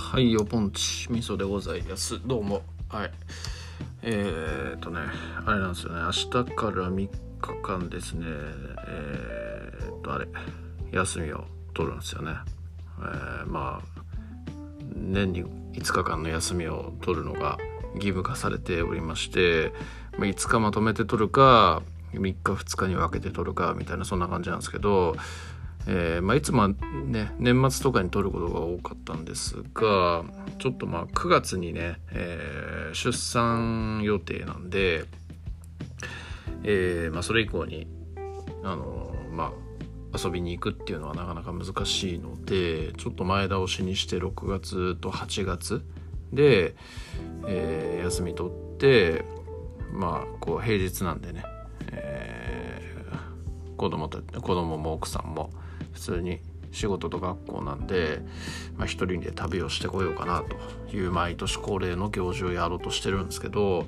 はい、よポンチ味噌でございます。どうも。はい。あれなんですよね。明日から3日間ですね。休みを取るんですよね。年に5日間の休みを取るのが義務化されておりまして、5日まとめて取るか、3日2日に分けて取るかみたいなそんな感じなんですけど、いつもね年末とかに撮ることが多かったんですが、ちょっと9月にね、出産予定なんで、それ以降に遊びに行くっていうのはなかなか難しいので、ちょっと前倒しにして6月と8月で、休み取って、平日なんでね、子供も奥さんも普通に仕事と学校なんで、一人で旅をしてこようかなという毎年恒例の行事をやろうとしてるんですけど、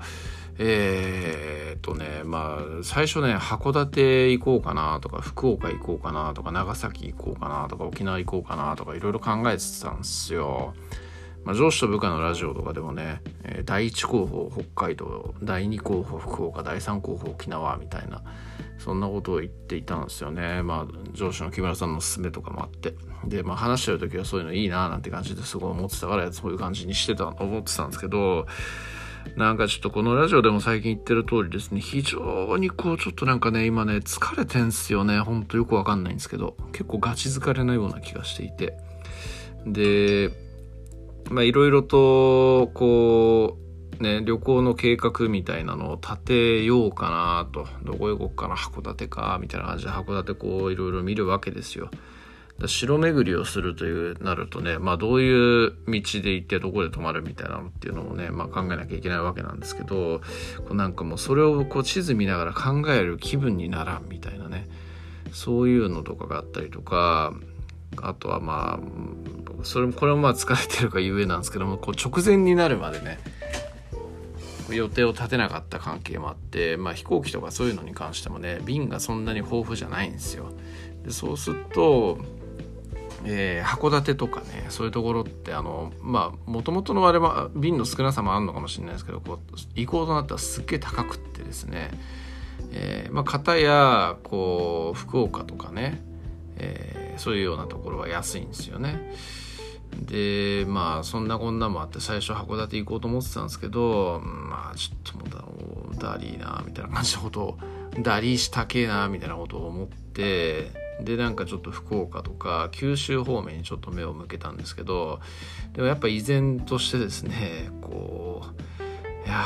最初ね函館行こうかなとか、福岡行こうかなとか、長崎行こうかなとか、沖縄行こうかなとかいろいろ考えてたんですよ。上司と部下のラジオとかでもね、第1候補北海道、第2候補福岡、第3候補沖縄みたいな、そんなことを言っていたんですよね。上司の木村さんの勧めとかもあって、で話してる時はそういうのいいななんて感じですごい思ってたから、そういう感じに思ってたんですけど、なんかちょっとこのラジオでも最近言ってる通りですね、非常にちょっと今ね疲れてんすよね。ほんとよくわかんないんですけど、結構ガチ疲れのような気がしていて、でいろいろと旅行の計画みたいなのを立てようかなと。どこ行こうかな、函館かみたいな感じで函館いろいろ見るわけですよ。城巡りをするというなるとね、どういう道で行ってどこで泊まるみたいなのっていうのもね、考えなきゃいけないわけなんですけど、もうそれを地図見ながら考える気分にならんみたいなね、そういうのとかがあったりとか、あとはこれも疲れてるかゆえなんですけども、直前になるまでね予定を立てなかった関係もあって、飛行機とかそういうのに関してもね、便がそんなに豊富じゃないんですよ。でそうすると、函館とかね、そういうところってもともとのあれは便の少なさもあるのかもしれないですけど、行こうとなったらすっげえ高くってですね、片や福岡とかね、そういうようなところは安いんですよね。でそんなこんなもあって、最初函館行こうと思ってたんですけど、ちょっともうダリーなみたいな感じのことを、ダリーし高えなみたいなことを思って、でちょっと福岡とか九州方面にちょっと目を向けたんですけど、でもやっぱ依然としてですね、いや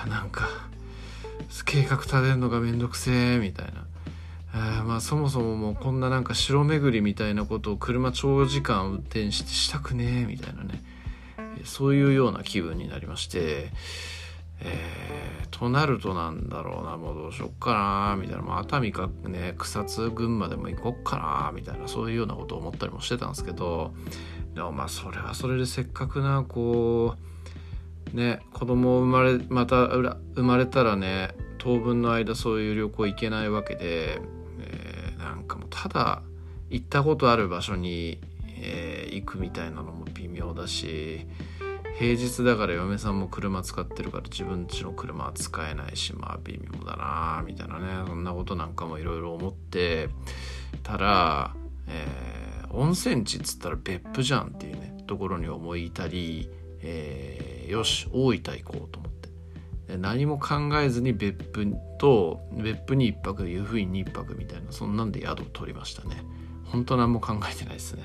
計画立てるのがめんどくせえみたいな、そもそももうこんな城巡りみたいなことを車長時間運転してしたくねえみたいなね、そういうような気分になりまして、となるともうどうしよっかなみたいな、熱海かね草津群馬でも行こっかなみたいな、そういうようなことを思ったりもしてたんですけど、でもそれはそれでせっかく子供また生まれたらね、当分の間そういう旅行行けないわけで、もうただ行ったことある場所に、行くみたいなのも微妙だし、平日だから嫁さんも車使ってるから自分家の車は使えないし、微妙だなみたいなね、そんなこともいろいろ思ってたら、温泉地っつったら別府じゃんっていうねところに思い至り、よし大分行こうと思って、何も考えずに別府に1泊、湯布院に1泊みたいな、そんなんで宿を取りましたね。本当何も考えてないですね。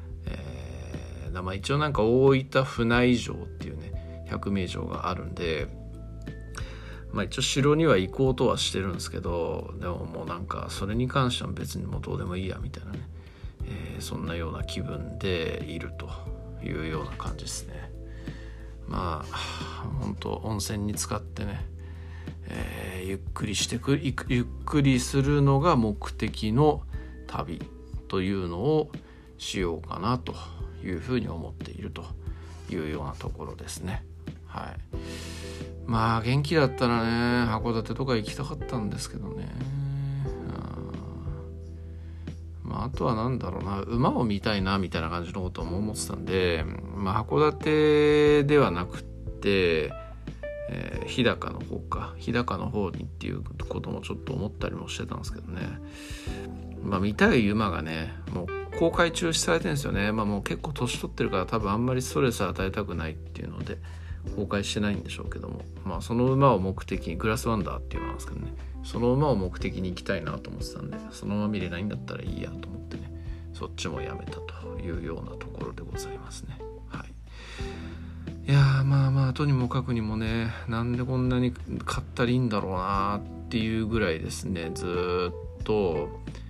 一応大分船井城っていうね百名城があるんで、一応城には行こうとはしてるんですけど、でももうそれに関しては別にもうどうでもいいやみたいなね、そんなような気分でいるというような感じですね。本当温泉に浸かってね、ゆっくりするのが目的の旅というのをしようかなというふうに思っているというようなところですね。はい。元気だったらね函館とか行きたかったんですけどね、 あとはなんだろうな、馬を見たいなみたいな感じのことも思ってたんで、函館ではなくて、日高の方にっていうこともちょっと思ったりもしてたんですけどね。見たい馬がねもう公開中止されてるんですよね。もう結構年取ってるから多分あんまりストレス与えたくないっていうので公開してないんでしょうけども、その馬を目的にグラスワンダーっていうのなんですけどね、その馬を目的に行きたいなと思ってたんで、そのまま見れないんだったらいいやと思ってね、そっちもやめたというようなところでございますね。はい。いやとにもかくにもね、なんでこんなに買ったらいいんだろうなっていうぐらいですね、ずっと、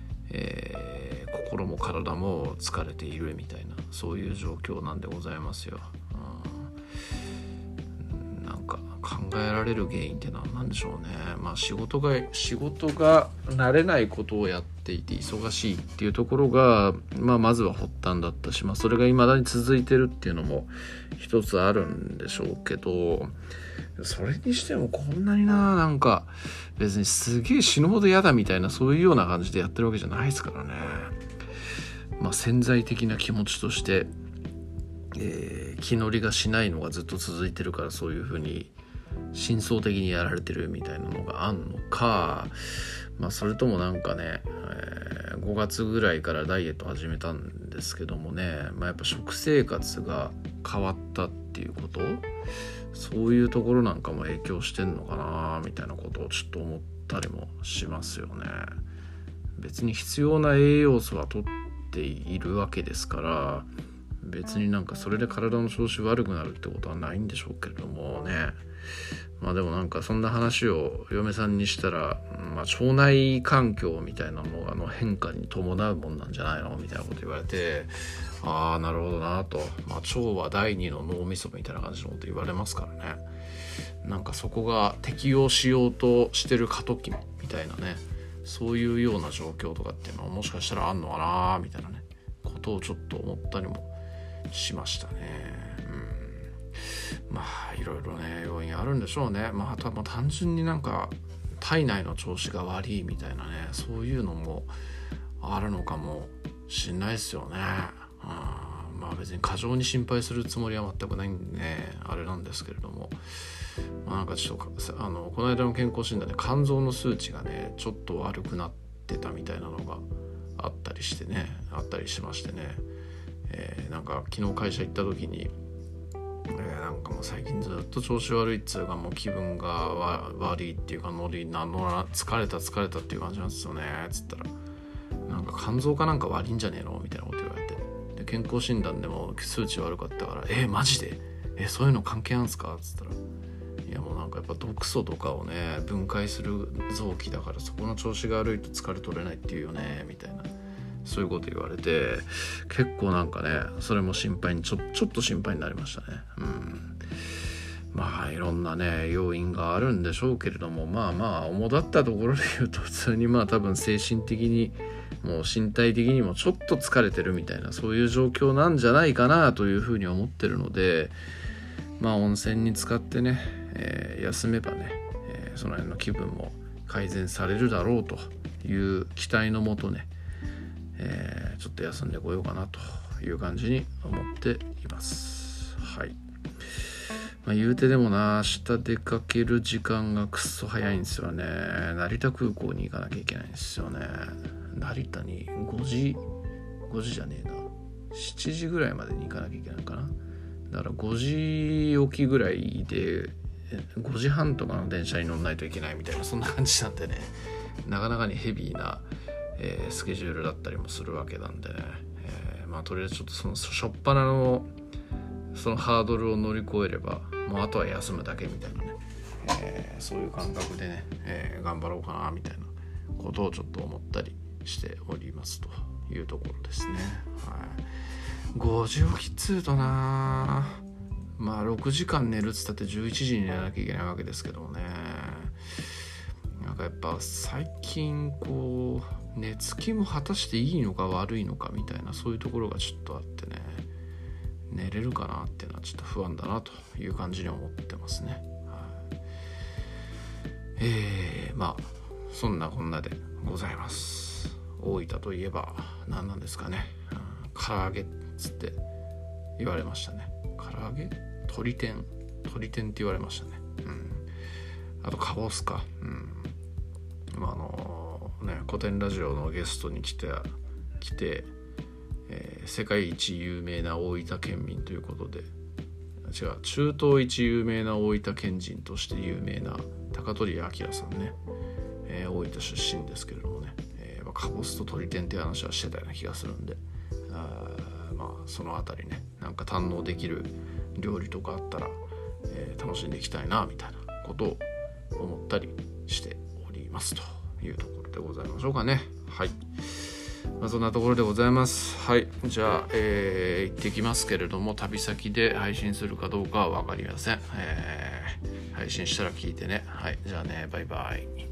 心も体も疲れているみたいな、そういう状況なんでございますよ。なんか考えられる原因ってのは何でしょうね。仕事が慣れないことをやっていて忙しいっていうところが、まずは発端だったし、それが未だに続いてるっていうのも一つあるんでしょうけど、それにしてもこんなになんか別にすげえ死ぬほど嫌だみたいなそういうような感じでやってるわけじゃないですからね。潜在的な気持ちとして、気乗りがしないのがずっと続いてるから、そういうふうに深層的にやられてるみたいなのがあんのか、それともなんかね、5月ぐらいからダイエット始めたんですけどもね、やっぱ食生活が変わったっていうこと、そういうところなんかも影響してんのかなみたいなことをちょっと思ったりもしますよね。別に必要な栄養素は取っているわけですから、別になんかそれで体の調子悪くなるってことはないんでしょうけれどもね。でもなんかそんな話を嫁さんにしたら、腸内環境みたいなのが変化に伴うもんなんじゃないのみたいなこと言われて、なるほどなと。腸は第二の脳みそみたいな感じのこと言われますからね。なんかそこが適応しようとしてる過渡期みたいなね、そういうような状況とかっていうのはもしかしたらあんのかなみたいなねことをちょっと思ったりもしましたね。いろいろね要因あるんでしょうね。あとは単純になんか体内の調子が悪いみたいなね、そういうのもあるのかもしんないですよね。別に過剰に心配するつもりは全くないんでね、あれなんですけれども、なんかちょっとこの間の健康診断で肝臓の数値がねちょっと悪くなってたみたいなのがあったりしましてね、なんか昨日会社行った時に、なんかもう最近ずっと調子悪いっつうか、もう気分が悪いっていうか疲れたっていう感じなんですよねつったら、なんか肝臓かなんか悪いんじゃねえのみたいなこと言われて、で健康診断でも数値悪かったからマジでそういうの関係あるんすかつったら、いやもうなんかやっぱ毒素とかをね分解する臓器だから、そこの調子が悪いと疲れ取れないっていうよねみたいな、そういうこと言われて、結構なんかねそれも心配にちょっと心配になりましたね。いろんなね要因があるんでしょうけれども、主だったところで言うと普通に多分精神的にもう身体的にもちょっと疲れてるみたいな、そういう状況なんじゃないかなというふうに思ってるので、温泉に使ってね、休めばね、その辺の気分も改善されるだろうという期待のもとね、ちょっと休んでこようかなという感じに思っています。はい。言うてでも明日出かける時間がくっそ早いんですよね。成田空港に行かなきゃいけないんですよね。成田に5時じゃねえな、7時ぐらいまでに行かなきゃいけないのかな。だから5時起きぐらいで5時半とかの電車に乗んないといけないみたいな、そんな感じなんでね、なかなかにヘビーなスケジュールだったりもするわけなんでね、とりあえずちょっとその初っ端のそのハードルを乗り越えればもうあとは休むだけみたいなね、そういう感覚でね、頑張ろうかなみたいなことをちょっと思ったりしておりますというところですね。5時起きっつうとな、6時間寝るっつったって11時に寝なきゃいけないわけですけどもね、なんかやっぱ最近こう寝つきも果たしていいのか悪いのかみたいな、そういうところがちょっとあってね、寝れるかなっていうのはちょっと不安だなという感じに思ってますね。そんなこんなでございます。 大分といえば何なんですかね、唐揚げっつって言われましたね。唐揚げ、鶏天って言われましたね。あとカボスか。古典ラジオのゲストに来て、世界一有名な大分県民ということで、中東一有名な大分県人として有名な高取明さんね、大分出身ですけれどもね、カボスと鶏天っていう話はしてたような気がするんで、そのあたりね、なんか堪能できる料理とかあったら、楽しんでいきたいなみたいなことを思ったりしておりますというところでございましょうかね。はい、そんなところでございます。はい、じゃあ、行ってきますけれども、旅先で配信するかどうかは分かりません。配信したら聞いてね。はい、じゃあね、バイバイ。